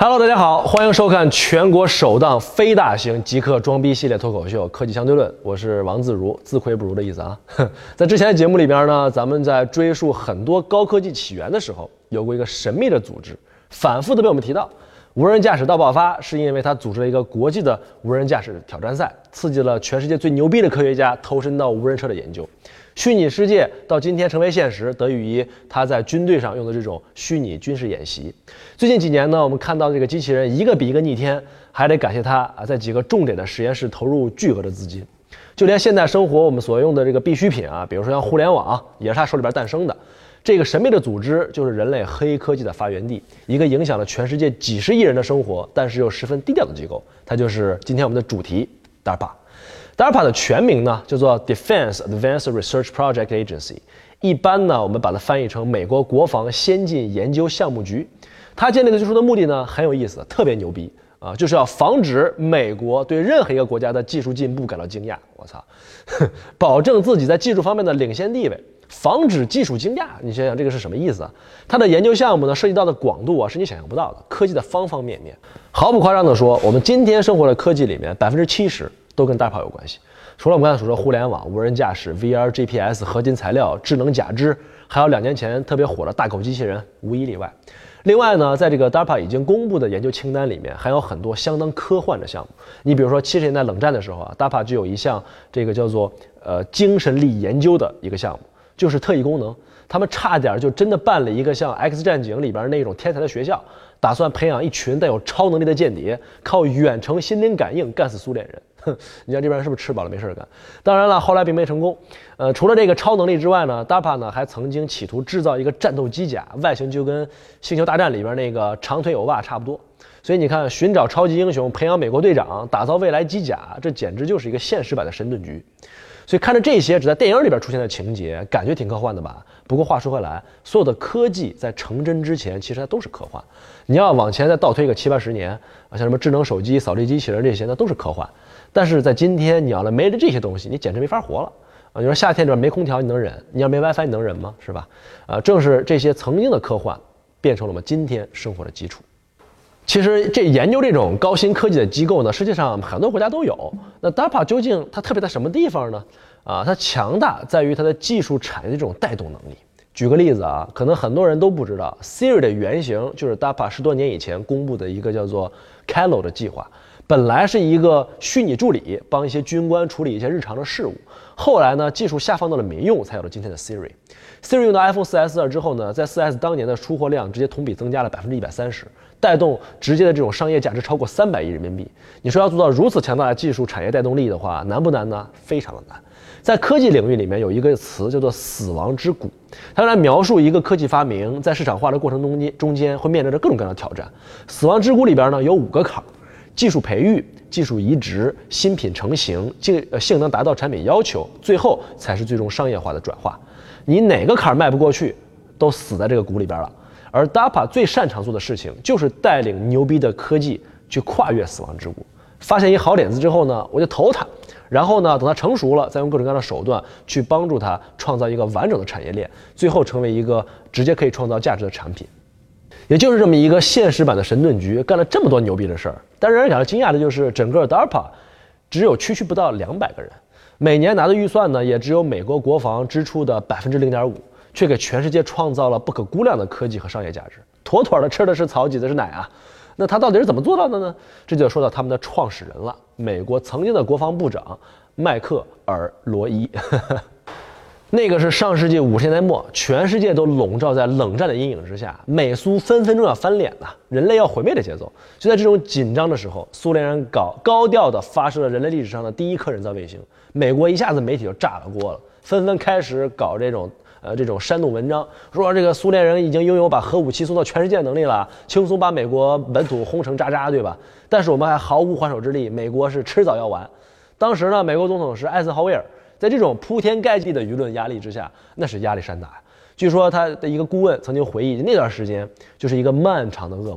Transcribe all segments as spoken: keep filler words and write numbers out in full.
Hello， 大家好，欢迎收看全国首档非大型极客装逼系列脱口秀《科技相对论》，我是王自如，自愧不如的意思啊。在之前的节目里边呢，咱们在追溯很多高科技起源的时候，有过一个神秘的组织，反复的被我们提到。无人驾驶大爆发是因为它组织了一个国际的无人驾驶挑战赛，刺激了全世界最牛逼的科学家投身到无人车的研究。虚拟世界到今天成为现实，得益于他在军队上用的这种虚拟军事演习。最近几年呢，我们看到这个机器人一个比一个逆天，还得感谢他啊，在几个重点的实验室投入巨额的资金。就连现代生活我们所用的这个必需品啊，比如说像互联网，也是他手里边诞生的。这个神秘的组织就是人类黑科技的发源地，一个影响了全世界几十亿人的生活，但是又十分低调的机构。它就是今天我们的主题 DARPA。DARPA 的全名呢叫做 Defense Advanced Research Project Agency， 一般呢我们把它翻译成美国国防先进研究项目局。它建立的最初的目的呢很有意思，特别牛逼啊，就是要防止美国对任何一个国家的技术进步感到惊讶。我操，保证自己在技术方面的领先地位。防止技术惊讶，你想想这个是什么意思啊？它的研究项目呢，涉及到的广度啊，是你想象不到的，科技的方方面面。毫不夸张地说，我们今天生活的科技里面，百分之七十都跟 DARPA 有关系。除了我们刚才所说的互联网、无人驾驶、V R、G P S、合金材料、智能假肢，还有两年前特别火的大狗机器人，无一例外。另外呢，在这个 DARPA 已经公布的研究清单里面，还有很多相当科幻的项目。你比如说七十年代冷战的时候啊 ，DARPA 就有一项这个叫做呃精神力研究的一个项目。就是特异功能，他们差点就真的办了一个像 X 战警里边那种天才的学校，打算培养一群带有超能力的间谍，靠远程心灵感应干死苏联人。哼，你看这边人是不是吃饱了没事干？当然了，后来并没成功。呃，除了这个超能力之外呢 ，DARPA 呢还曾经企图制造一个战斗机甲，外形就跟《星球大战》里边那个长腿欧巴差不多。所以你看，寻找超级英雄，培养美国队长，打造未来机甲，这简直就是一个现实版的神盾局。所以看着这些只在电影里边出现的情节，感觉挺科幻的吧？不过话说回来，所有的科技在成真之前，其实它都是科幻。你要往前再倒推个七八十年啊，像什么智能手机、扫地机器人这些，那都是科幻。但是在今天，你要了没了这些东西，你简直没法活了啊！你说夏天里边没空调你能忍？你要没 WiFi 你能忍吗？是吧？啊，正是这些曾经的科幻，变成了我们今天生活的基础。其实这研究这种高新科技的机构呢，世界上很多国家都有。那 DARPA 究竟它特别在什么地方呢？啊，它强大在于它的技术产业的这种带动能力。举个例子啊，可能很多人都不知道 ，Siri 的原型就是 DARPA 十多年以前公布的一个叫做 Calo 的计划。本来是一个虚拟助理，帮一些军官处理一些日常的事务。后来呢，技术下放到了民用，才有了今天的 Siri。Siri 用到 iPhone 四 S 二之后呢，在 四 S 当年的出货量直接同比增加了百分之一百三十，带动直接的这种商业价值超过三百亿人民币。你说要做到如此强大的技术产业带动力的话，难不难呢？非常的难。在科技领域里面有一个词叫做死亡之谷，它来描述一个科技发明在市场化的过程中间中间会面临着各种各样的挑战。死亡之谷里边呢有五个坎儿：技术培育、技术移植、新品成型、性呃性能达到产品要求，最后才是最终商业化的转化。你哪个坎儿迈不过去，都死在这个谷里边了。而 DARPA 最擅长做的事情就是带领牛逼的科技去跨越死亡之谷。发现一好点子之后呢，我就投它，然后呢，等它成熟了，再用各种各样的手段去帮助它创造一个完整的产业链，最后成为一个直接可以创造价值的产品。也就是这么一个现实版的神盾局，干了这么多牛逼的事儿。但让人感到惊讶的就是，整个 DARPA 只有区区不到两百个人，每年拿的预算呢，也只有美国国防支出的百分之零点五，却给全世界创造了不可估量的科技和商业价值，妥妥的吃的是草，挤的是奶啊！那他到底是怎么做到的呢？这就说到他们的创始人了，美国曾经的国防部长迈克尔·罗伊。那个是上世纪五十年代末，全世界都笼罩在冷战的阴影之下，美苏分分钟要翻脸了，人类要毁灭的节奏。就在这种紧张的时候，苏联人搞高调的发射了人类历史上的第一颗人造卫星，美国一下子媒体就炸了锅了，纷纷开始搞这种呃这种煽动文章，说这个苏联人已经拥有把核武器送到全世界的能力了，轻松把美国本土轰成渣渣，对吧？但是我们还毫无还手之力，美国是迟早要完。当时呢，美国总统是艾森豪威尔。在这种铺天盖地的舆论压力之下，那是压力山大。据说他的一个顾问曾经回忆，那段时间就是一个漫长的噩梦，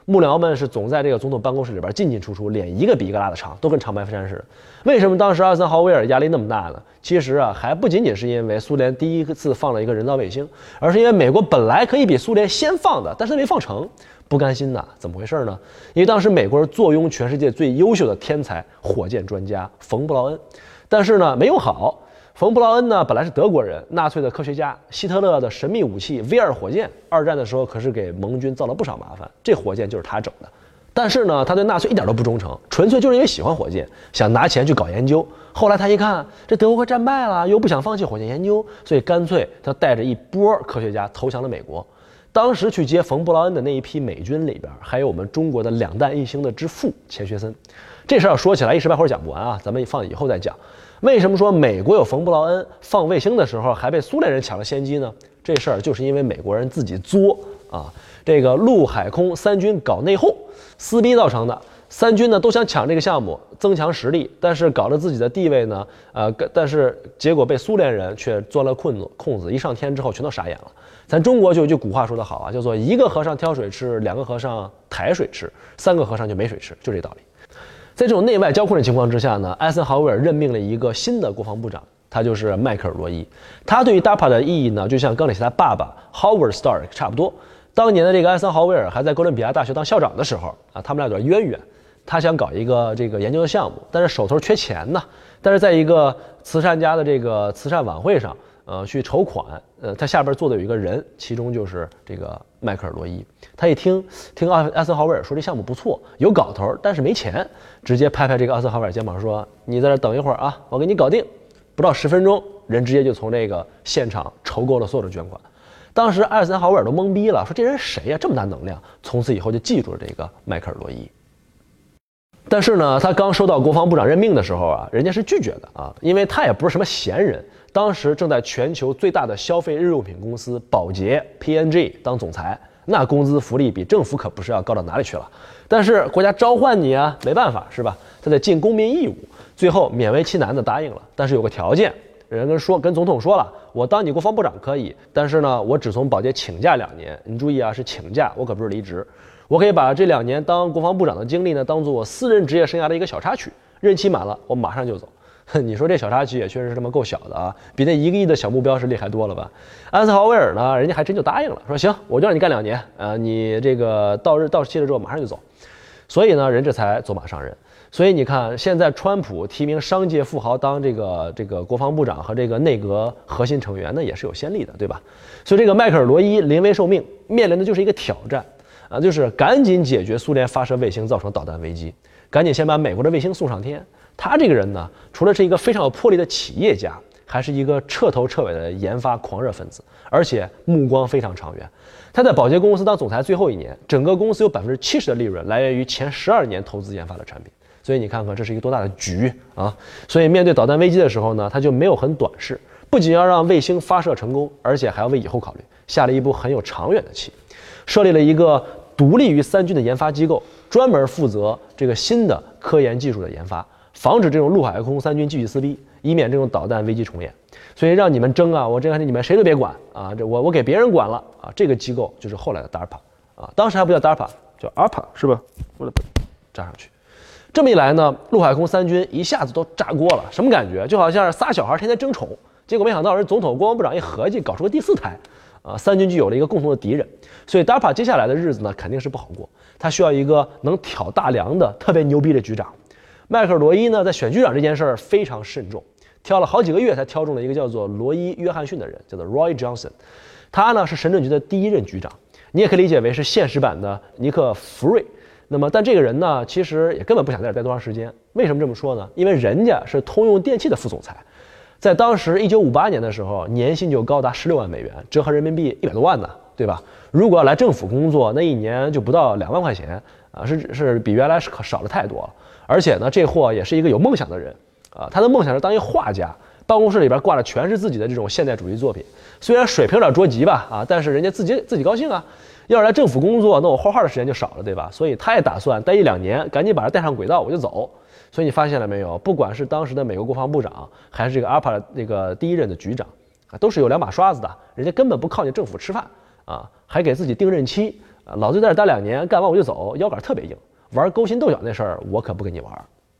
幕僚们是总在这个总统办公室里边进进出出，脸一个比一个拉的长，都跟长白山似的。为什么当时艾森豪威尔压力那么大呢？其实啊，还不仅仅是因为苏联第一次放了一个人造卫星，而是因为美国本来可以比苏联先放的，但是没放成，不甘心呐。怎么回事呢？因为当时美国人坐拥全世界最优秀的天才火箭专家冯布劳恩，但是呢没用好。冯布劳恩呢，本来是德国人，纳粹的科学家，希特勒的神秘武器 V 二火箭，二战的时候可是给盟军造了不少麻烦。这火箭就是他整的，但是呢，他对纳粹一点都不忠诚，纯粹就是因为喜欢火箭，想拿钱去搞研究。后来他一看，这德国战败了，又不想放弃火箭研究，所以干脆他带着一波科学家投降了美国。当时去接冯布劳恩的那一批美军里边，还有我们中国的两弹一星的之父钱学森。这事儿说起来一时半会儿讲不完啊，咱们放以后再讲。为什么说美国有冯布劳恩放卫星的时候还被苏联人抢了先机呢？这事儿就是因为美国人自己作啊，这个陆海空三军搞内讧，撕逼造成的。三军呢都想抢这个项目，增强实力，但是搞得自己的地位呢，呃，但是结果被苏联人却钻了空子，空子一上天之后全都傻眼了。咱中国就有一句古话说得好啊，叫做一个和尚挑水吃，两个和尚抬水吃，三个和尚就没水吃，就这道理。在这种内外交困的情况之下呢，艾森豪威尔任命了一个新的国防部长，他就是迈克尔·罗伊。他对于 D A R P A 的意义呢，就像冈里奇他爸爸 Howard Stark 差不多。当年的这个艾森豪威尔还在哥伦比亚大学当校长的时候啊，他们俩有点渊源。他想搞一个这个研究的项目，但是手头缺钱呢。但是在一个慈善家的这个慈善晚会上，呃，去筹款，呃，他下边坐的有一个人，其中就是这个迈克尔·罗伊。他一听听艾艾森豪威尔说这项目不错，有搞头，但是没钱，直接拍拍这个艾森豪威尔肩膀说：“你在这等一会儿啊，我给你搞定。”不到十分钟，人直接就从这个现场筹够了所有的捐款。当时艾森豪威尔都懵逼了，说这人谁呀，这么大能量？从此以后就记住了这个迈克尔·罗伊。但是呢，他刚收到国防部长任命的时候啊，人家是拒绝的啊，因为他也不是什么闲人。当时正在全球最大的消费日用品公司宝洁 P and G 当总裁，那工资福利比政府可不是要高到哪里去了。但是国家召唤你啊，没办法是吧？他得尽公民义务，最后勉为其难的答应了。但是有个条件，人跟说跟总统说了，我当你国防部长可以，但是呢，我只从宝洁请假两年。你注意啊，是请假，我可不是离职。我可以把这两年当国防部长的经历呢，当做我私人职业生涯的一个小插曲。任期满了，我马上就走。你说这小插曲也确实是他妈够小的啊，比那一个亿的小目标是厉害多了吧？艾森豪威尔呢，人家还真就答应了，说行，我就让你干两年，呃，你这个到日到期了之后马上就走。所以呢，人这才走马上任。所以你看，现在川普提名商界富豪当这个这个国防部长和这个内阁核心成员，那也是有先例的，对吧？所以这个迈克尔·罗伊临危受命，面临的就是一个挑战。啊，就是赶紧解决苏联发射卫星造成导弹危机，赶紧先把美国的卫星送上天。他这个人呢，除了是一个非常有魄力的企业家，还是一个彻头彻尾的研发狂热分子，而且目光非常长远。他在宝洁公司当总裁最后一年，整个公司有百分之七十的利润来源于前十二年投资研发的产品。所以你看看这是一个多大的局啊！所以面对导弹危机的时候呢，他就没有很短视，不仅要让卫星发射成功，而且还要为以后考虑，下了一步很有长远的棋。设立了一个独立于三军的研发机构，专门负责这个新的科研技术的研发，防止这种陆海空三军继续撕逼，以免这种导弹危机重演。所以让你们争啊，我这个你们谁都别管啊，这我我给别人管了啊。这个机构就是后来的 D A R P A 啊，当时还不叫 D A R P A， 叫 A R P A 是吧？我得扎上去。这么一来呢，陆海空三军一下子都炸锅了，什么感觉？就好像是仨小孩天天争宠，结果没想到人总统、国防部长一合计，搞出个第四胎。啊，三军就有了一个共同的敌人，所以 D A R P A 接下来的日子呢，肯定是不好过。他需要一个能挑大梁的特别牛逼的局长。迈克尔·罗伊呢，在选局长这件事儿非常慎重，挑了好几个月才挑中了一个叫做罗伊·约翰逊的人，叫做 Roy Johnson。他呢是神盾局的第一任局长，你也可以理解为是现实版的尼克·福瑞。那么，但这个人呢，其实也根本不想在这儿待多长时间。为什么这么说呢？因为人家是通用电气的副总裁。在当时一九五八年的时候，年薪就高达十六万美元，折合人民币一百多万呢，对吧？如果要来政府工作，那一年就不到两万块钱啊，是是比原来是可少了太多了。而且呢，这货也是一个有梦想的人啊，他的梦想是当一画家，办公室里边挂的全是自己的这种现代主义作品，虽然水平有点捉急吧啊，但是人家自己自己高兴啊。要是来政府工作，那我画画的时间就少了，对吧？所以他也打算待一两年，赶紧把他带上轨道，我就走。所以你发现了没有？不管是当时的美国国防部长，还是这个 A R P A 那个第一任的局长啊，都是有两把刷子的。人家根本不靠你政府吃饭啊，还给自己定任期啊，老子在这待两年，干完我就走，腰杆特别硬，玩勾心斗角那事儿我可不跟你玩。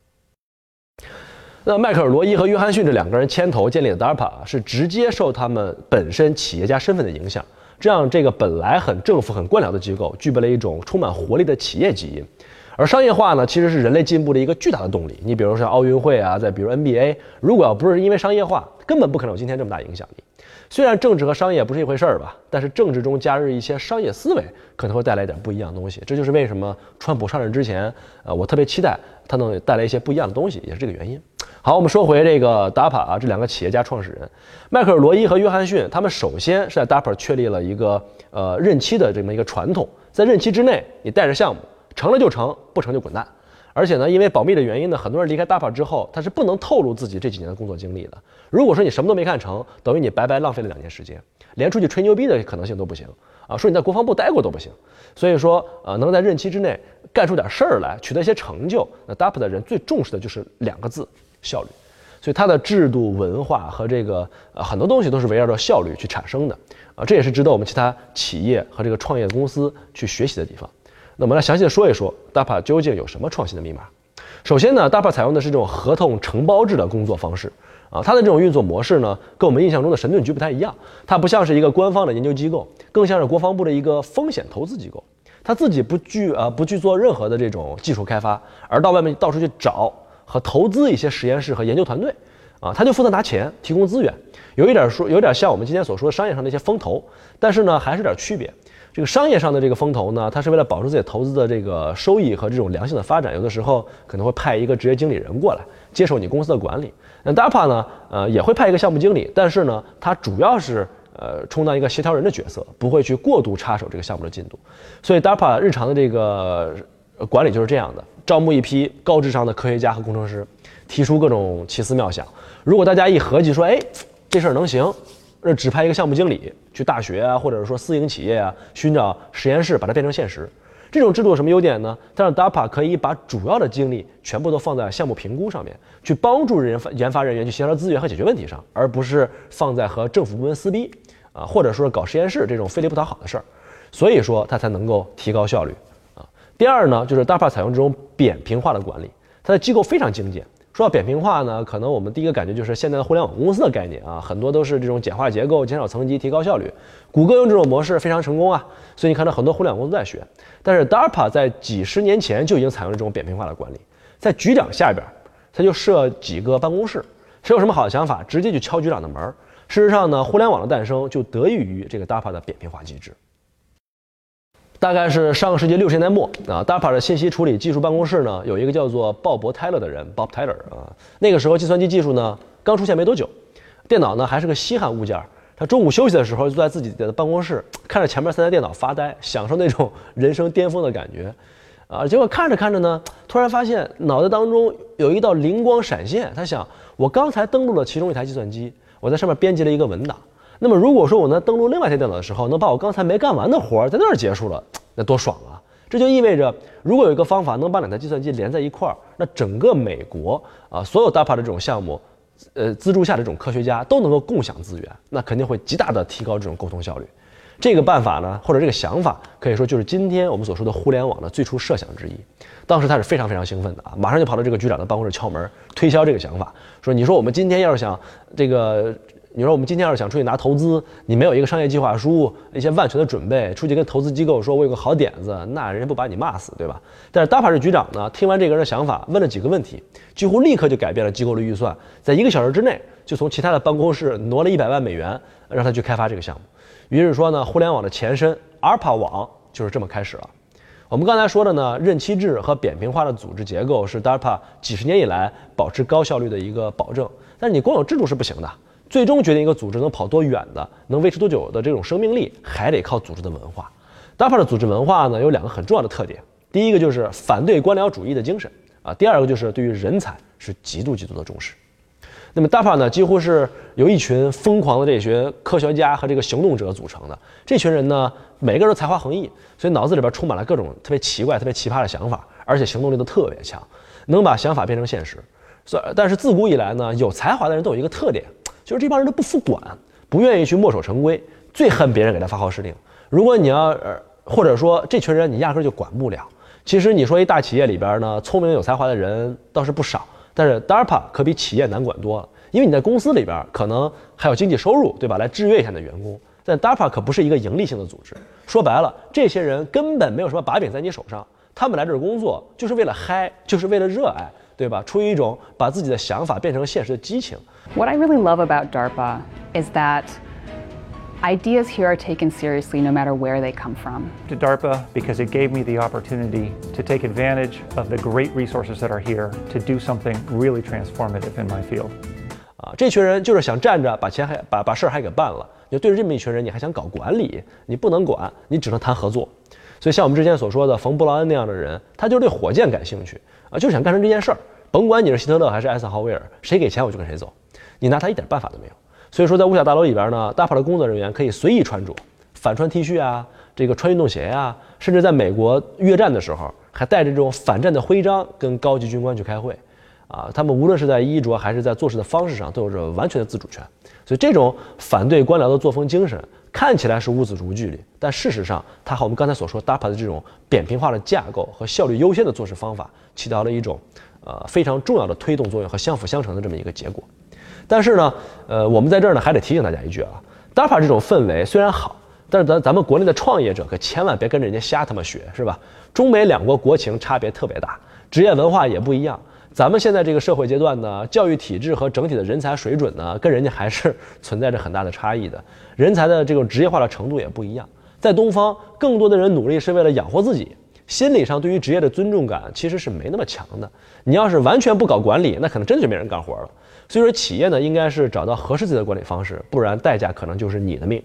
那迈克尔·罗伊和约翰逊这两个人牵头建立的 D A R P A 是直接受他们本身企业家身份的影响，这样这个本来很政府、很官僚的机构，具备了一种充满活力的企业基因。而商业化呢，其实是人类进步的一个巨大的动力。你比如说奥运会啊，再比如 N B A， 如果要不是因为商业化，根本不可能有今天这么大影响力。虽然政治和商业不是一回事儿吧，但是政治中加入一些商业思维，可能会带来一点不一样的东西。这就是为什么川普上任之前，呃，我特别期待他能带来一些不一样的东西，也是这个原因。好，我们说回这个 D A R P A 啊，这两个企业家创始人迈克尔·罗伊和约翰逊，他们首先是在 D A R P A 确立了一个呃任期的这么一个传统，在任期之内，你带着项目成了就成，不成就滚蛋。而且呢，因为保密的原因呢，很多人离开 D A R P A 之后，他是不能透露自己这几年的工作经历的。如果说你什么都没干成，等于你白白浪费了两年时间，连出去吹牛逼的可能性都不行啊，说你在国防部待过都不行。所以说，呃，能在任期之内干出点事儿来，取得一些成就，那 D A R P A 的人最重视的就是两个字：效率。所以它的制度、文化和这个呃很多东西都是围绕着效率去产生的啊，这也是值得我们其他企业和这个创业公司去学习的地方。那我们来详细的说一说 D A R P A 究竟有什么创新的密码。首先呢 ，D A R P A 采用的是这种合同承包制的工作方式啊，它的这种运作模式呢，跟我们印象中的神盾局不太一样。它不像是一个官方的研究机构，更像是国防部的一个风险投资机构。它自己不去呃不去做任何的这种技术开发，而到外面到处去找和投资一些实验室和研究团队啊，他就负责拿钱提供资源，有一点说有点像我们今天所说的商业上的一些风投，但是呢还是有点区别。这个商业上的这个风投呢，它是为了保证自己投资的这个收益和这种良性的发展，有的时候可能会派一个职业经理人过来接手你公司的管理。那 D A R P A 呢，呃，也会派一个项目经理，但是呢，它主要是呃充当一个协调人的角色，不会去过度插手这个项目的进度。所以 D A R P A 日常的这个管理就是这样的：招募一批高智商的科学家和工程师，提出各种奇思妙想。如果大家一合计说，哎，这事儿能行。那指派一个项目经理去大学啊，或者是说私营企业啊，寻找实验室，把它变成现实。这种制度有什么优点呢？它让 D A R P A 可以把主要的精力全部都放在项目评估上面，去帮助人研发人员去协调资源和解决问题上，而不是放在和政府部门撕逼啊，或者说搞实验室这种费力不讨好的事儿。所以说它才能够提高效率啊。第二呢，就是 D A R P A 采用这种扁平化的管理，它的机构非常精简。说到扁平化呢，可能我们第一个感觉就是现在的互联网公司的概念啊，很多都是这种简化结构、减少层级、提高效率。谷歌用这种模式非常成功啊，所以你看到很多互联网公司在学。但是 D A R P A 在几十年前就已经采用了这种扁平化的管理，在局长下边，他就设几个办公室，谁有什么好的想法，直接就敲局长的门。事实上呢，互联网的诞生就得益于这个 D A R P A 的扁平化机制。大概是上个世纪六十年代末啊 ，D A R P A 的信息处理技术办公室呢，有一个叫做鲍勃·泰勒的人 ，Bob Tyler 啊。那个时候计算机技术呢刚出现没多久，电脑呢还是个稀罕物件。他中午休息的时候就在自己的办公室看着前面三台电脑发呆，享受那种人生巅峰的感觉啊。结果看着看着呢，突然发现脑袋当中有一道灵光闪现，他想，我刚才登录了其中一台计算机，我在上面编辑了一个文档。那么如果说我能登录另外一台电脑的时候，能把我刚才没干完的活儿在那儿结束了，那多爽啊！这就意味着，如果有一个方法能把两台计算机连在一块儿，那整个美国啊，所有 D A R P A 的这种项目，呃，资助下的这种科学家都能够共享资源，那肯定会极大的提高这种沟通效率。这个办法呢，或者这个想法，可以说就是今天我们所说的互联网的最初设想之一。当时他是非常非常兴奋的啊，马上就跑到这个局长的办公室敲门，推销这个想法，说：“你说我们今天要是想这个。”你说我们今天要是想出去拿投资，你没有一个商业计划书，一些万全的准备，出去跟投资机构说我有个好点子，那人家不把你骂死，对吧？但是 D A R P A 这局长呢，听完这个人的想法，问了几个问题，几乎立刻就改变了机构的预算，在一个小时之内就从其他的办公室挪了一百万美元，让他去开发这个项目。于是说呢，互联网的前身 A R P A 网就是这么开始了。我们刚才说的呢，任期制和扁平化的组织结构是 D A R P A 几十年以来保持高效率的一个保证，但是你光有制度是不行的。最终决定一个组织能跑多远的，能维持多久的这种生命力，还得靠组织的文化。D A R P A 的组织文化呢，有两个很重要的特点，第一个就是反对官僚主义的精神啊，第二个就是对于人才是极度极度的重视。那么 D A R P A 呢，几乎是由一群疯狂的这些科学家和这个行动者组成的。这群人呢，每个人都才华横溢，所以脑子里边充满了各种特别奇怪、特别奇葩的想法，而且行动力都特别强，能把想法变成现实。所以，但是自古以来呢，有才华的人都有一个特点。就是这帮人都不服管，不愿意去墨守成规，最恨别人给他发号施令。如果你要呃或者说这群人你压根就管不了。其实你说一大企业里边呢，聪明有才华的人倒是不少，但是 D A R P A 可比企业难管多了，因为你在公司里边可能还有经济收入，对吧？来制约一下你的员工。但 D A R P A 可不是一个盈利性的组织，说白了，这些人根本没有什么把柄在你手上，他们来这儿工作就是为了嗨，就是为了热爱，对吧？出于一种把自己的想法变成现实的激情。 What I really love about DARPA is that ideas here are taken seriously no matter where they come from. To DARPA because it gave me the opportunity to take advantage of the great resources that are here to do something really transformative in my field. 啊，这群人就是想站着把钱还把把事儿还给办了。你对着这么一群人，你还想搞管理？你不能管，你只能谈合作。所以像我们之前所说的冯布劳恩那样的人，他就对火箭感兴趣啊，就是想干成这件事儿。甭管你是希特勒还是艾森豪威尔，谁给钱我就跟谁走，你拿他一点办法都没有。所以说，在五角大楼里边呢 ，D A R P A 的工作人员可以随意穿着，反穿 T 恤啊，这个穿运动鞋呀、啊，甚至在美国越战的时候，还带着这种反战的徽章跟高级军官去开会，啊，他们无论是在衣着还是在做事的方式上，都有着完全的自主权。所以这种反对官僚的作风精神，看起来是无阻距离，但事实上，它和我们刚才所说 D A R P A 的这种扁平化的架构和效率优先的做事方法，起到了一种呃非常重要的推动作用和相辅相成的这么一个结果。但是呢，呃，我们在这儿呢还得提醒大家一句啊 ，D A R P A 这种氛围虽然好，但是咱咱们国内的创业者可千万别跟着人家瞎他妈学，是吧？中美两国国情差别特别大，职业文化也不一样。咱们现在这个社会阶段呢，教育体制和整体的人才水准呢，跟人家还是存在着很大的差异的。人才的这种职业化的程度也不一样。在东方，更多的人努力是为了养活自己，心理上对于职业的尊重感其实是没那么强的。你要是完全不搞管理，那可能真的就没人干活了。所以说，企业呢应该是找到合适自己的管理方式，不然代价可能就是你的命。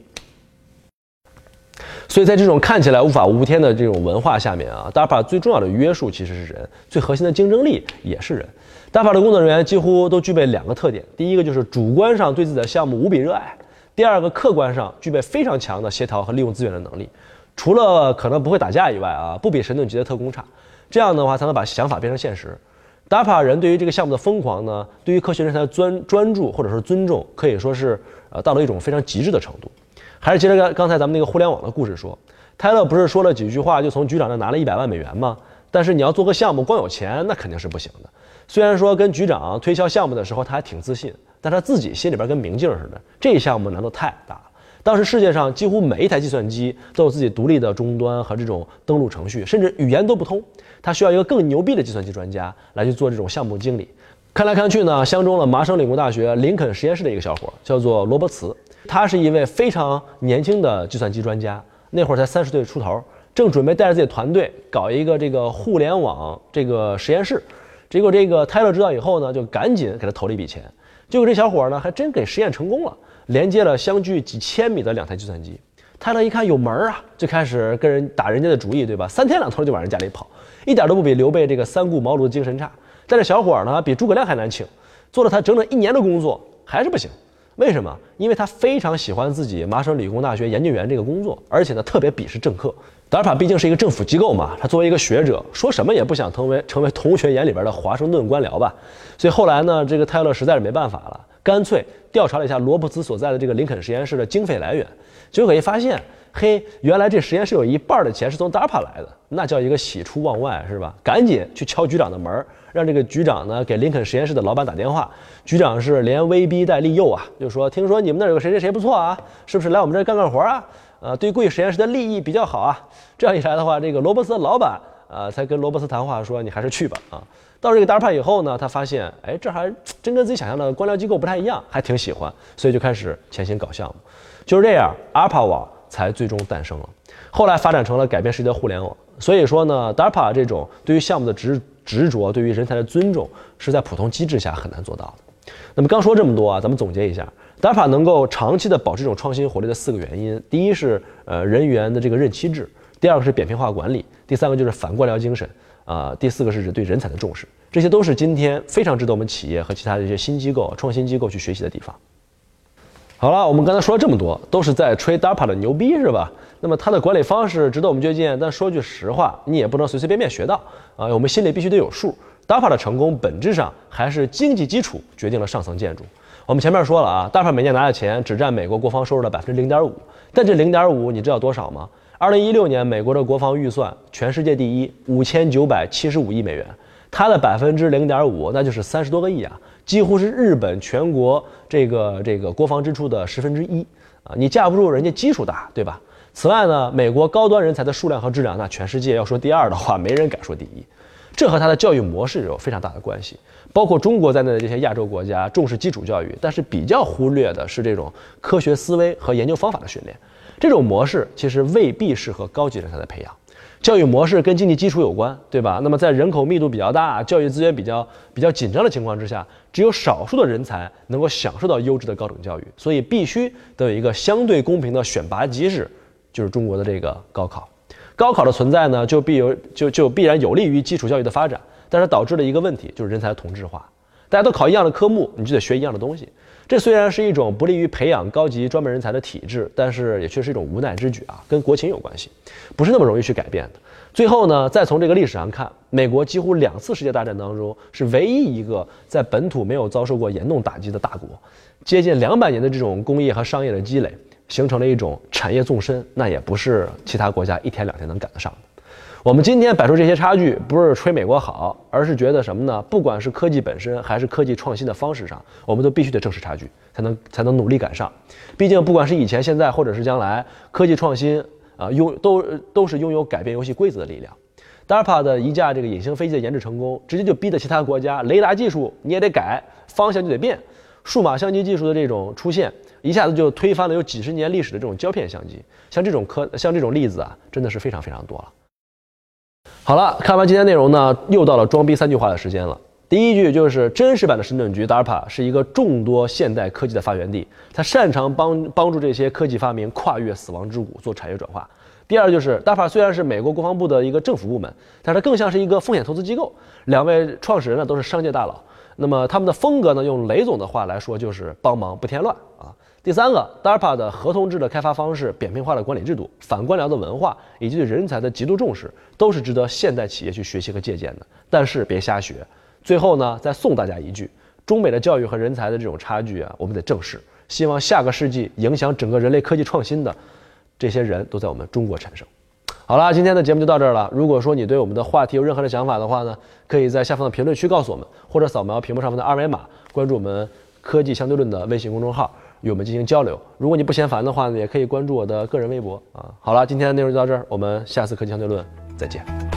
所以在这种看起来无法无天的这种文化下面啊 ，D A R P A 最重要的约束其实是人，最核心的竞争力也是人。D A R P A 的工作人员几乎都具备两个特点：第一个就是主观上对自己的项目无比热爱；第二个客观上具备非常强的协调和利用资源的能力。除了可能不会打架以外啊，不比神盾局的特工差。这样的话才能把想法变成现实。D A R P A 人对于这个项目的疯狂呢，对于科学人才的专专注或者说尊重，可以说是呃到了一种非常极致的程度。还是接着刚刚才咱们那个互联网的故事说，泰勒不是说了几句话就从局长那拿了一百万美元吗？但是你要做个项目光有钱那肯定是不行的。虽然说跟局长推销项目的时候他还挺自信，但他自己心里边跟明镜似的，这项目难度太大了。当时世界上几乎每一台计算机都有自己独立的终端和这种登录程序，甚至语言都不通。他需要一个更牛逼的计算机专家来去做这种项目经理。看来看去呢，相中了麻省理工大学林肯实验室的一个小伙，叫做罗伯茨。他是一位非常年轻的计算机专家，那会儿才三十岁出头，正准备带着自己的团队搞一个这个互联网这个实验室。结果这个泰勒知道以后呢，就赶紧给他投了一笔钱。结果这小伙呢，还真给实验成功了，连接了相距几千米的两台计算机。泰勒一看有门啊，就开始跟人打人家的主意，对吧？三天两头就往人家里跑，一点都不比刘备这个三顾茅庐的精神差。但这小伙呢，比诸葛亮还难请，做了他整整一年的工作，还是不行。为什么？因为他非常喜欢自己麻省理工大学研究员这个工作，而且呢，特别鄙视政客。D A R P A 毕竟是一个政府机构嘛，他作为一个学者，说什么也不想成为成为同学眼里边的华盛顿官僚吧。所以后来呢，这个泰勒实在是没办法了，干脆调查了一下罗伯茨所在的这个林肯实验室的经费来源，结果一发现，嘿，原来这实验室有一半的钱是从 D A R P A 来的，那叫一个喜出望外，是吧？赶紧去敲局长的门，让这个局长呢给林肯实验室的老板打电话。局长是连威逼带利诱啊，就说听说你们那儿有个谁谁谁不错啊，是不是来我们这儿干干活啊？呃，对贵实验室的利益比较好啊。这样一来的话，这个罗伯斯的老板呃才跟罗伯斯谈话说，你还是去吧啊。到这个 D A R P A 以后呢，他发现，哎，这还真跟自己想象的官僚机构不太一样，还挺喜欢，所以就开始潜心搞项目。就是这样 ，A R P A 网才最终诞生了。后来发展成了改变世界的互联网。所以说呢 ，D A R P A 这种对于项目的执执着，对于人才的尊重，是在普通机制下很难做到的。那么刚说这么多啊，咱们总结一下 ，D A R P A 能够长期的保持这种创新活力的四个原因：第一是呃人员的这个任期制，第二个是扁平化管理，第三个就是反官僚精神，啊、呃，第四个是对人才的重视。这些都是今天非常值得我们企业和其他的一些新机构、创新机构去学习的地方。好了，我们刚才说了这么多，都是在吹 D A R P A 的牛逼，是吧？那么它的管理方式值得我们借鉴，但说句实话，你也不能随随便便学到啊、呃，我们心里必须得有数。D A R P A 的成功本质上还是经济基础决定了上层建筑。 我们前面说了啊，DARPA每年拿的钱只占美国国防收入的百分之零点五，但这零点五你知道多少吗？二零一六年美国的国防预算全世界第一，五千九百七十五亿美元，它的百分之零点五，那就是三十多个亿啊，几乎是日本全国这个这个国防支出的十分之一啊！你架不住人家基数大，对吧？此外呢，美国高端人才的数量和质量，那全世界要说第二的话，没人敢说第一。这和它的教育模式有非常大的关系，包括中国在内的这些亚洲国家重视基础教育，但是比较忽略的是这种科学思维和研究方法的训练。这种模式其实未必适合高级人才的培养。教育模式跟经济基础有关，对吧？那么在人口密度比较大、教育资源比较比较紧张的情况之下，只有少数的人才能够享受到优质的高等教育，所以必须得有一个相对公平的选拔机制，就是中国的这个高考。高考的存在呢，就必有就就必然有利于基础教育的发展，但是导致了一个问题，就是人才同质化。大家都考一样的科目，你就得学一样的东西。这虽然是一种不利于培养高级专门人才的体制，但是也确实是一种无奈之举啊，跟国情有关系，不是那么容易去改变的。最后呢，再从这个历史上看，美国几乎两次世界大战当中是唯一一个在本土没有遭受过严重打击的大国，接近两百年的这种工业和商业的积累，形成了一种产业纵深，那也不是其他国家一天两天能赶得上的。我们今天摆出这些差距，不是吹美国好，而是觉得什么呢？不管是科技本身，还是科技创新的方式上，我们都必须得正视差距，才能才能努力赶上。毕竟，不管是以前、现在，或者是将来，科技创新啊，拥都都是拥有改变游戏规则的力量。DARPA 的一架这个隐形飞机的研制成功，直接就逼得其他国家雷达技术你也得改，方向就得变。数码相机技术的这种出现，一下子就推翻了有几十年历史的这种胶片相机。像这种科，像这种例子啊，真的是非常非常多了。好了，看完今天内容呢，又到了装逼三句话的时间了。第一句就是真实版的神盾局 DARPA 是一个众多现代科技的发源地，它擅长帮帮助这些科技发明跨越死亡之谷做产业转化。第二就是 DARPA 虽然是美国国防部的一个政府部门，但是它更像是一个风险投资机构。两位创始人呢都是商界大佬，那么他们的风格呢，用雷总的话来说就是帮忙不添乱啊。第三个 ，DARPA 的合同制的开发方式、扁平化的管理制度、反官僚的文化以及对人才的极度重视，都是值得现代企业去学习和借鉴的。但是别瞎学。最后呢，再送大家一句：中美的教育和人才的这种差距啊，我们得正视。希望下个世纪影响整个人类科技创新的这些人都在我们中国产生。好了，今天的节目就到这儿了。如果说你对我们的话题有任何的想法的话呢，可以在下方的评论区告诉我们，或者扫描屏幕上方的二维码，关注我们科技相对论的微信公众号，与我们进行交流。如果你不嫌烦的话呢，也可以关注我的个人微博啊。好了，今天的内容就到这儿，我们下次科技相对论再见。